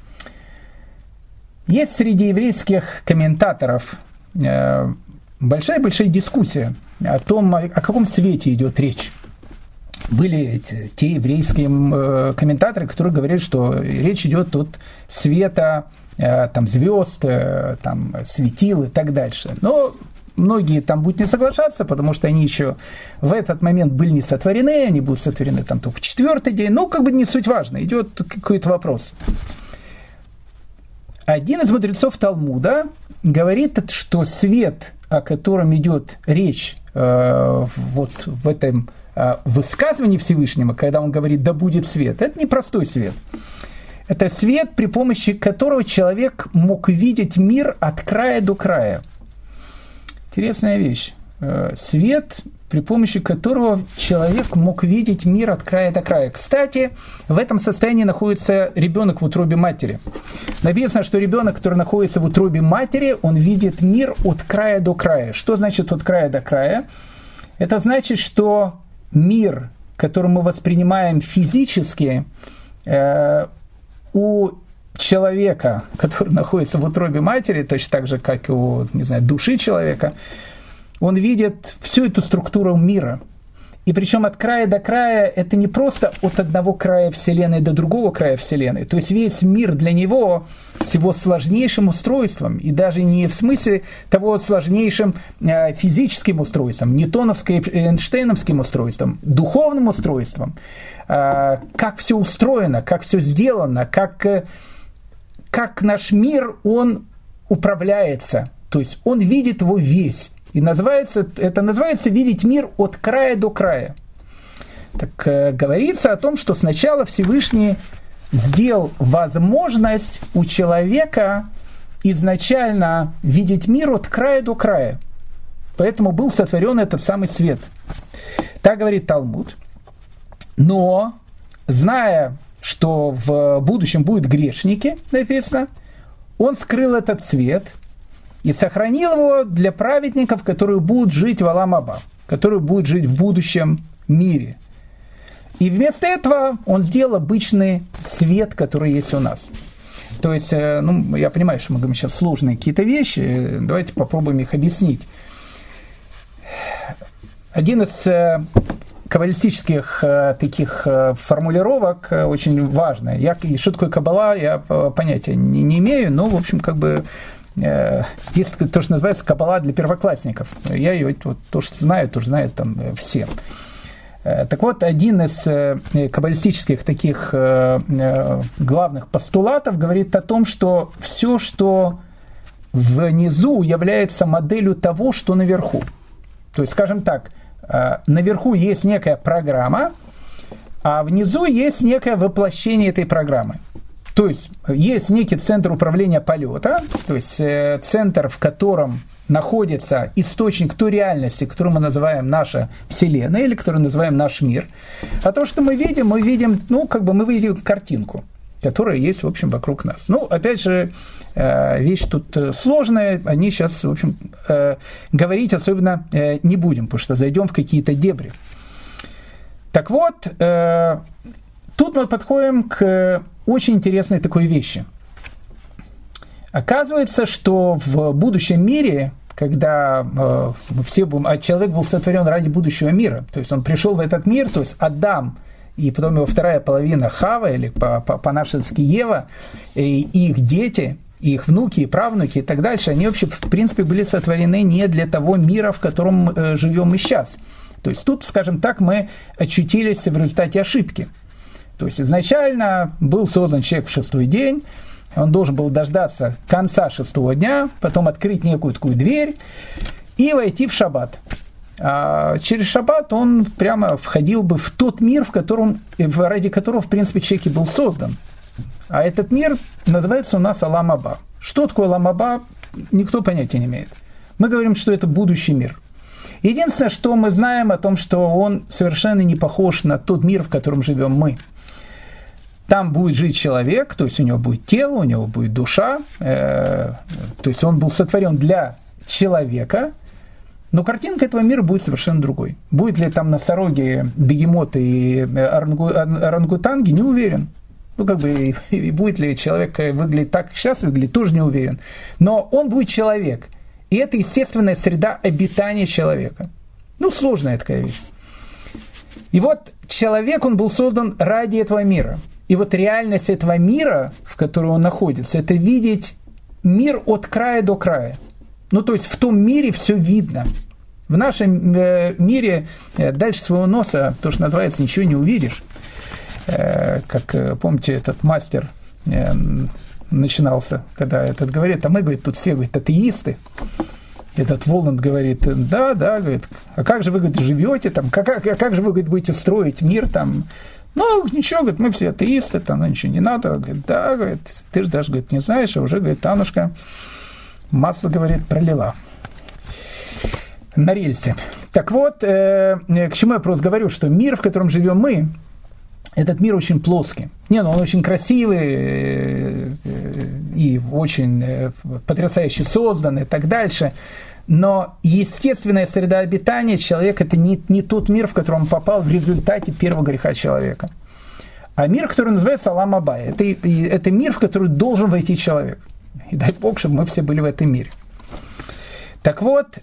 Есть среди еврейских комментаторов большая-большая дискуссия о том, о каком свете идет речь. Были те еврейские комментаторы, которые говорят, что речь идет от света там, звезд, там, светил и так дальше. Но многие там будут не соглашаться, потому что они еще в этот момент были не сотворены, они будут сотворены там только в 4-й день. Не суть важно, идет какой-то вопрос. Один из мудрецов Талмуда говорит, что свет, о котором идет речь вот в этом высказывании Всевышнего, когда он говорит «да будет свет», это не простой свет. Это свет, при помощи которого человек мог видеть мир от края до края. Интересная вещь. Свет, при помощи которого человек мог видеть мир от края до края. Кстати, в этом состоянии находится ребенок в утробе матери. Написано, что ребенок, который находится в утробе матери, он видит мир от края до края. Что значит от края до края? Это значит, что мир, который мы воспринимаем физически, у человека, который находится в утробе матери, точно так же, как и у, души человека, он видит всю эту структуру мира. И причем от края до края это не просто от одного края Вселенной до другого края Вселенной. То есть весь мир для него с его сложнейшим устройством, и даже не в смысле того сложнейшим физическим устройством, ньютоновско-эйнштейновским устройством, духовным устройством, как все устроено, как все сделано, как наш мир, он управляется. То есть он видит его весь. И это называется видеть мир от края до края. Так говорится о том, что сначала Всевышний сделал возможность у человека изначально видеть мир от края до края. Поэтому был сотворен этот самый свет. Так говорит Талмуд. Но, зная, что в будущем будут грешники, написано, он скрыл этот свет и сохранил его для праведников, которые будут жить в Олам Аба, которые будут жить в будущем мире. И вместо этого он сделал обычный свет, который есть у нас. То есть, я понимаю, что мы говорим сейчас сложные какие-то вещи, давайте попробуем их объяснить. Один из каббалистических таких формулировок очень важный. Что такое каббала, я понятия не имею, но, в общем, есть то, что называется каббала для первоклассников. Я ее тоже знают там все. Так вот, один из каббалистических таких главных постулатов говорит о том, что все, что внизу, является моделью того, что наверху. То есть, скажем так, наверху есть некая программа, а внизу есть некое воплощение этой программы. То есть некий центр управления полета, то есть центр, в котором находится источник той реальности, которую мы называем наша Вселенная, или которую называем наш мир. А то, что мы видим, мы видим картинку. которая есть, в общем, вокруг нас. Ну, опять же, вещь тут сложная, о ней сейчас, в общем, говорить особенно не будем, потому что зайдем в какие-то дебри. Так вот, тут мы подходим к очень интересной такой вещи. Оказывается, что в будущем мире, когда человек был сотворен ради будущего мира, то есть он пришел в этот мир, то есть Адам, и потом его вторая половина Хава, или по-нашенски Ева, и их дети, их внуки и правнуки и так дальше, они вообще, в принципе, были сотворены не для того мира, в котором живем мы сейчас. То есть тут, скажем так, мы очутились в результате ошибки. То есть изначально был создан человек в 6-й день, он должен был дождаться конца 6-го дня, потом открыть некую такую дверь и войти в шаббат. А через шаббат он прямо входил бы в тот мир, ради которого, в принципе, человек и был создан. А этот мир называется у нас Олам Аба. Что такое Олам Аба, никто понятия не имеет. Мы говорим, что это будущий мир. Единственное, что мы знаем о том, что он совершенно не похож на тот мир, в котором живем мы. Там будет жить человек, то есть у него будет тело, у него будет душа, то есть он был сотворен для человека, но картинка этого мира будет совершенно другой. Будет ли там носороги, бегемоты и орангутанги, не уверен. И будет ли человек выглядеть так, как сейчас выглядит, тоже не уверен. Но он будет человек. И это естественная среда обитания человека. Сложная такая вещь. И вот человек, он был создан ради этого мира. И вот реальность этого мира, в котором он находится, это видеть мир от края до края. То есть в том мире все видно. В нашем мире дальше своего носа, то, что называется, ничего не увидишь. Как, помните, этот мастер начинался, когда этот говорит, а мы, говорит, тут все, говорит, атеисты. Этот Воланд говорит, да, говорит, а как же вы, говорит, живете там, как же вы, говорит, будете строить мир там? Ничего, говорит, мы все атеисты, там, ничего не надо. Говорит, да, говорит, ты же даже, говорит, не знаешь, а уже, говорит, Аннушка масло, говорит, пролила на рельсе. Так вот, к чему я просто говорю, что мир, в котором живем мы, этот мир очень плоский. Он очень красивый и очень потрясающе создан и так дальше. Но естественная среда обитания человека – это не тот мир, в который он попал в результате первого греха человека. А мир, который называется Олам Аба, это мир, в который должен войти человек. И дай Бог, чтобы мы все были в этом мире. Так вот,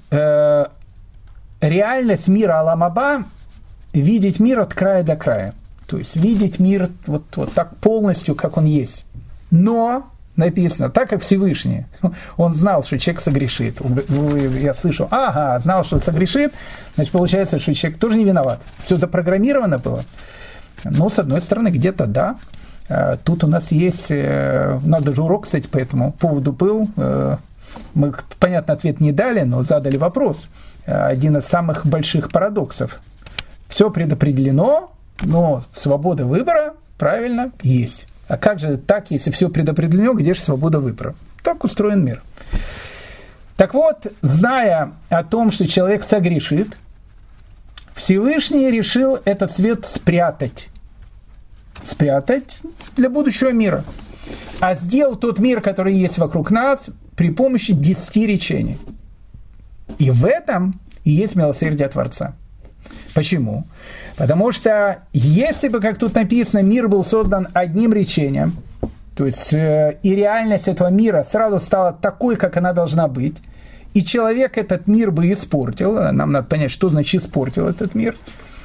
реальность мира Олам Аба – видеть мир от края до края. То есть видеть мир вот так полностью, как он есть. Но написано, так как Всевышний, он знал, что человек согрешит. Я слышу, знал, что он согрешит, значит, получается, что человек тоже не виноват. Все запрограммировано было. С одной стороны, где-то да. Тут у нас есть, у нас даже урок, кстати, по этому поводу был. Мы, понятно, ответ не дали, но задали вопрос. Один из самых больших парадоксов. Все предопределено, но свобода выбора, правильно, есть. А как же так, если все предопределено, где же свобода выбора? Так устроен мир. Так вот, зная о том, что человек согрешит, Всевышний решил этот свет спрятать. Спрятать для будущего мира. А сделал тот мир, который есть вокруг нас, при помощи 10 речений. И в этом и есть милосердие Творца. Почему? Потому что если бы, как тут написано, мир был создан одним речением, то есть и реальность этого мира сразу стала такой, как она должна быть, и человек этот мир бы испортил, нам надо понять, что значит испортил этот мир,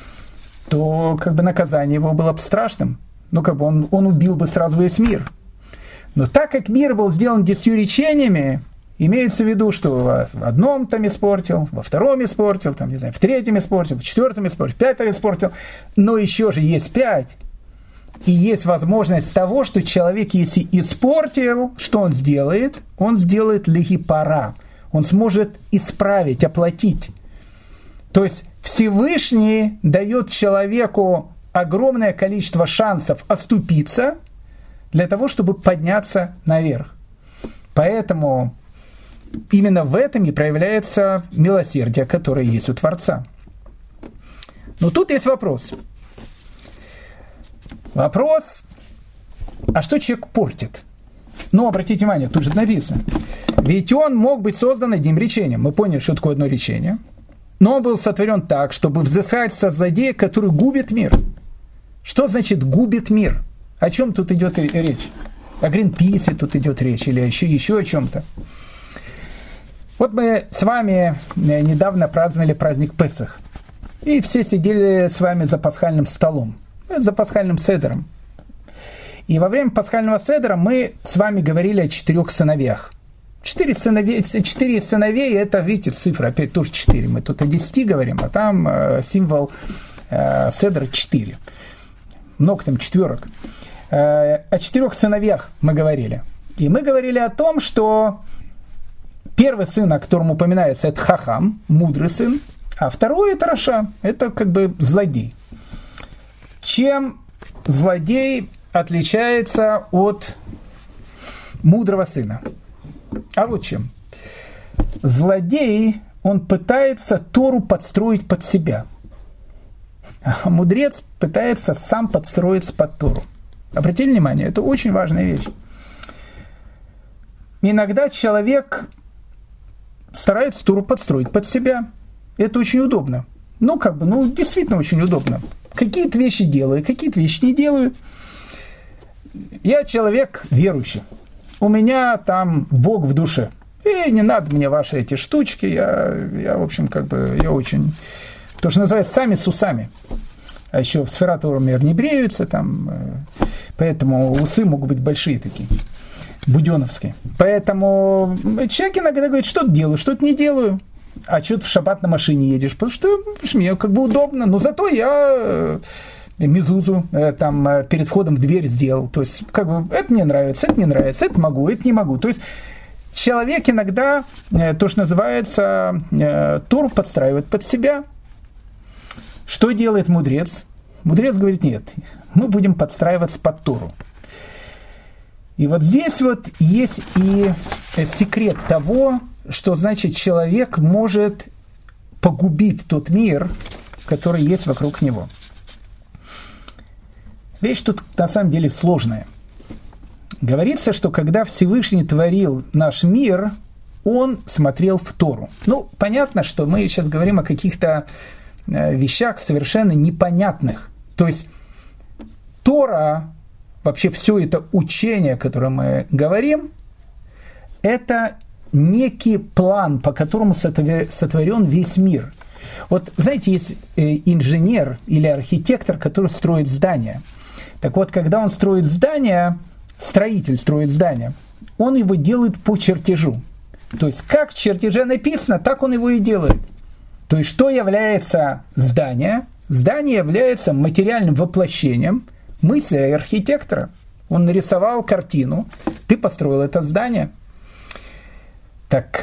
то наказание его было бы страшным. Он убил бы сразу весь мир. Но так как мир был сделан 10 речениями, имеется в виду, что в одном там испортил, во втором испортил, там, не знаю, в третьем испортил, в четвертом испортил, в пятом испортил, но еще же есть 5. И есть возможность того, что человек, если испортил, что он сделает? Он сделает лихипара. Он сможет исправить, оплатить. То есть Всевышний дает человеку огромное количество шансов оступиться для того, чтобы подняться наверх. Поэтому именно в этом и проявляется милосердие, которое есть у Творца. Но тут есть вопрос. Вопрос, А что человек портит? Ну, обратите внимание, тут же написано. Ведь он мог быть создан одним речением. Мы поняли, что такое одно речение. Но он был сотворен так, чтобы взыскать со злодея, который губит мир. Что значит губит мир? О чем тут идет речь? О Гринписе тут идет речь или еще о чем-то. Вот мы с вами недавно праздновали праздник Песах. И все сидели с вами за пасхальным столом, за пасхальным седером. И во время пасхального седера мы с вами говорили о 4 сыновьях. 4 сыновей, это, видите, цифра, опять тоже 4. Мы тут о 10 говорим, а там символ седера 4. Много там четверок. О 4 сыновьях мы говорили. И мы говорили о том, что первый сын, о котором упоминается, это Хахам, мудрый сын, а второй это Раша, это как бы злодей. Чем злодей отличается от мудрого сына? А вот чем. Злодей, он пытается Тору подстроить под себя, а мудрец пытается сам подстроиться под Тору. Обратите внимание, это очень важная вещь. Иногда человек старается Тору подстроить под себя. Это очень удобно. Действительно очень удобно. Какие-то вещи делаю, какие-то вещи не делаю. Я человек верующий. У меня там Бог в душе. И не надо мне ваши эти штучки. Я в общем, я очень... То, что называется, сами с усами. А еще в Сферат Ора, например, не бреются, поэтому усы могут быть большие такие, буденовские. Поэтому человек иногда говорит, что-то делаю, что-то не делаю. А что ты в шаббат на машине едешь? Потому что мне удобно. Но зато я мезузу перед входом в дверь сделал. То есть, это мне нравится, это не нравится, это могу, это не могу. То есть, человек иногда, то, что называется, Тору подстраивает под себя. Что делает мудрец? Мудрец говорит, нет, мы будем подстраиваться под Тору. И вот здесь вот есть и секрет того, что значит человек может погубить тот мир, который есть вокруг него. Вещь тут на самом деле сложная. Говорится, что когда Всевышний творил наш мир, он смотрел в Тору. Понятно, что мы сейчас говорим о каких-то вещах совершенно непонятных. То есть Тора, вообще все это учение, о котором мы говорим, это некий план, по которому сотворен весь мир. Вот, знаете, есть инженер или архитектор, который строит здание. Так вот, когда он строит здание, строитель строит здание, он его делает по чертежу. То есть, как в чертеже написано, так он его и делает. То есть, что является здание? Здание является материальным воплощением мысли архитектора. Он нарисовал картину, ты построил это здание. Так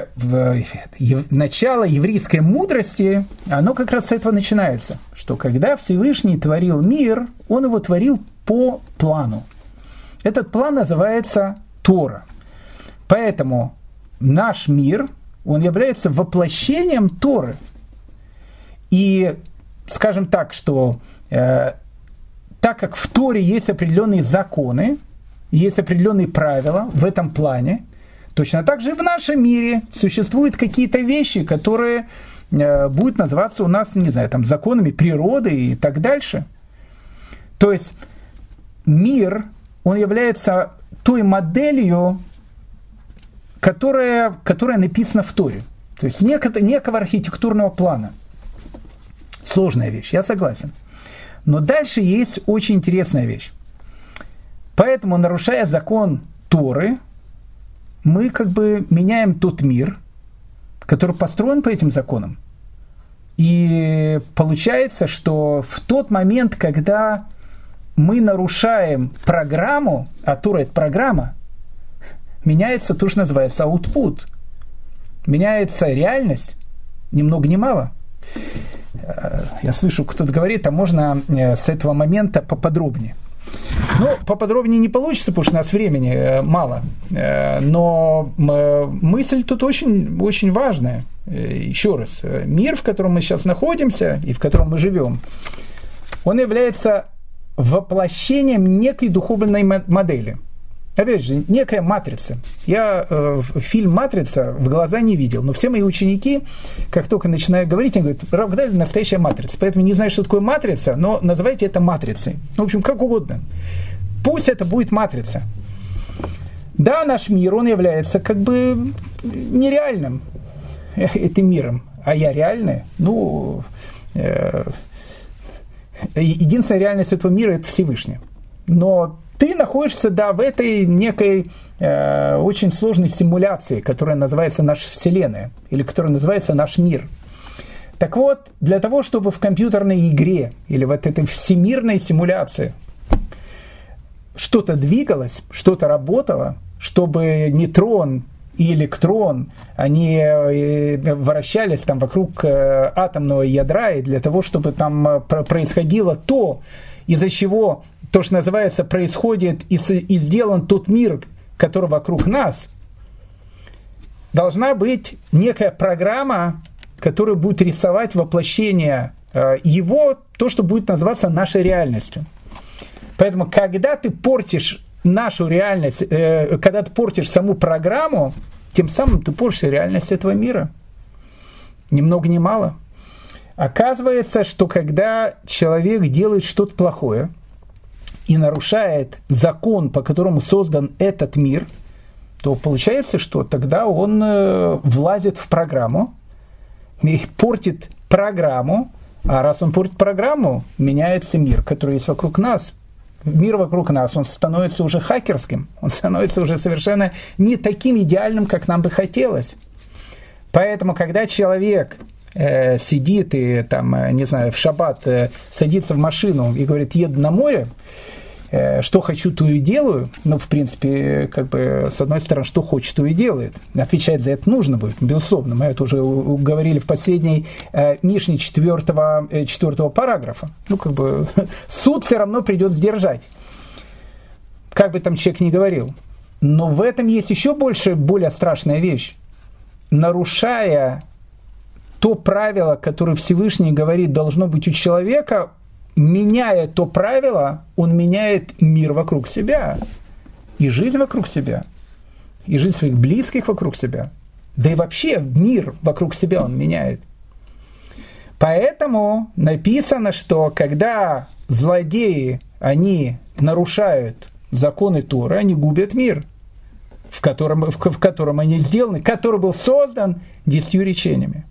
начало еврейской мудрости, оно как раз с этого начинается. Что когда Всевышний творил мир, он его творил по плану. Этот план называется Тора. Поэтому наш мир, он является воплощением Торы. И скажем так, что так как в Торе есть определенные законы, есть определенные правила в этом плане, точно так же и в нашем мире существуют какие-то вещи, которые будут называться у нас, не знаю, законами природы и так дальше. То есть мир, он является той моделью, которая написана в Торе. То есть некого архитектурного плана. Сложная вещь, я согласен. Но дальше есть очень интересная вещь. Поэтому, нарушая закон Торы, мы меняем тот мир, который построен по этим законам. И получается, что в тот момент, когда мы нарушаем программу, а Тора – это программа, меняется то, что называется output. Меняется реальность, ни много ни мало. Я слышу, кто-то говорит, а можно с этого момента поподробнее. Поподробнее не получится, потому что у нас времени мало. Но мысль тут очень, очень важная. Еще раз, мир, в котором мы сейчас находимся и в котором мы живем, он является воплощением некой духовной модели. Опять же, некая матрица. Я фильм «Матрица» в глаза не видел, но все мои ученики, как только начинают говорить, они говорят: Рав Гдаль — настоящая матрица. Поэтому не знаю, что такое матрица, но называйте это матрицей. Ну, в общем, как угодно. Пусть это будет матрица. Да, наш мир, он является как бы нереальным этим миром. А я реальный? Ну, единственная реальность этого мира – это Всевышний. Но ты находишься, да, в этой некой очень сложной симуляции, которая называется наша Вселенная, или которая называется наш мир. Так вот, для того, чтобы в компьютерной игре или вот этой всемирной симуляции что-то двигалось, что-то работало, чтобы нейтрон и электрон, они вращались там вокруг атомного ядра, и для того, чтобы там происходило то, из-за чего то, что называется, происходит и сделан тот мир, который вокруг нас, должна быть некая программа, которая будет рисовать воплощение его, то, что будет называться нашей реальностью. Поэтому, когда ты портишь нашу реальность, когда ты портишь саму программу, тем самым ты портишь реальность этого мира. Ни много ни мало. Оказывается, что когда человек делает что-то плохое и нарушает закон, по которому создан этот мир, то получается, что тогда он влазит в программу и портит программу, а раз он портит программу, меняется мир, который есть вокруг нас. Мир вокруг нас, он становится уже хакерским, он становится уже совершенно не таким идеальным, как нам бы хотелось. Поэтому, когда человек сидит и, там, не знаю, в шаббат садится в машину и говорит: еду на море, что хочу, то и делаю, ну, в принципе, как бы, с одной стороны, что хочет, то и делает. Отвечать за это нужно будет, безусловно. Мы это уже говорили в последней Мишне 4 параграфа. Ну, как бы, суд все равно придет сдержать. Как бы там человек ни говорил. Но в этом есть еще более страшная вещь. Нарушая то правило, которое Всевышний говорит, должно быть у человека, меняя то правило, он меняет мир вокруг себя, и жизнь вокруг себя, и жизнь своих близких вокруг себя, да и вообще мир вокруг себя он меняет. Поэтому написано, что когда злодеи, они нарушают законы Торы, они губят мир, в котором они сделаны, который был создан 10 речениями.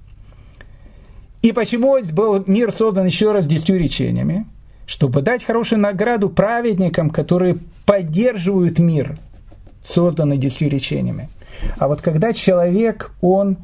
И почему был мир создан еще раз 10 речениями? Чтобы дать хорошую награду праведникам, которые поддерживают мир, созданный 10 речениями. А вот когда человек, он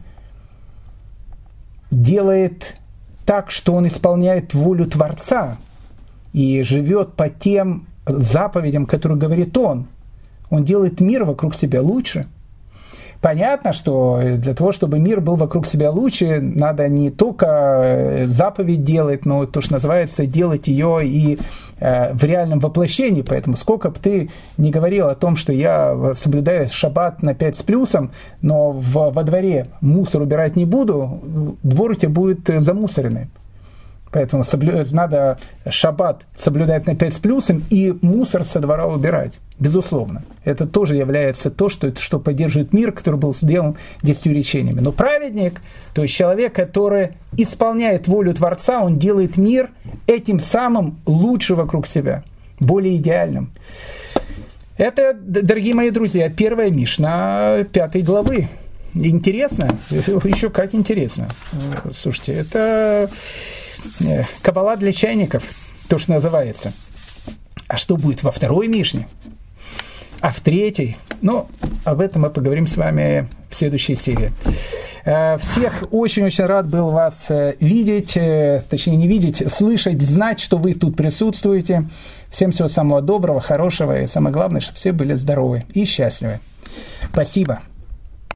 делает так, что он исполняет волю Творца и живет по тем заповедям, которые говорит он делает мир вокруг себя лучше. Понятно, что для того, чтобы мир был вокруг себя лучше, надо не только заповедь делать, но то, что называется, делать ее и в реальном воплощении. Поэтому сколько бы ты ни говорил о том, что я соблюдаю шаббат на 5 с плюсом, но во дворе мусор убирать не буду, двор у тебя будет замусоренный. Поэтому надо шаббат соблюдать на 5 с плюсом и мусор со двора убирать. Безусловно. Это тоже является то, что поддерживает мир, который был сделан 10 речениями. Но праведник, то есть человек, который исполняет волю Творца, он делает мир этим самым лучше вокруг себя, более идеальным. Это, дорогие мои друзья, первая Мишна 5 главы. Интересно? Еще как интересно. Слушайте, это каббала для чайников, то, что называется. А что будет во второй Мишне? А в третьей? Ну, об этом мы поговорим с вами в следующей серии. Всех очень-очень рад был вас видеть, точнее не видеть, слышать, знать, что вы тут присутствуете. Всем всего самого доброго, хорошего и самое главное, чтобы все были здоровы и счастливы. Спасибо.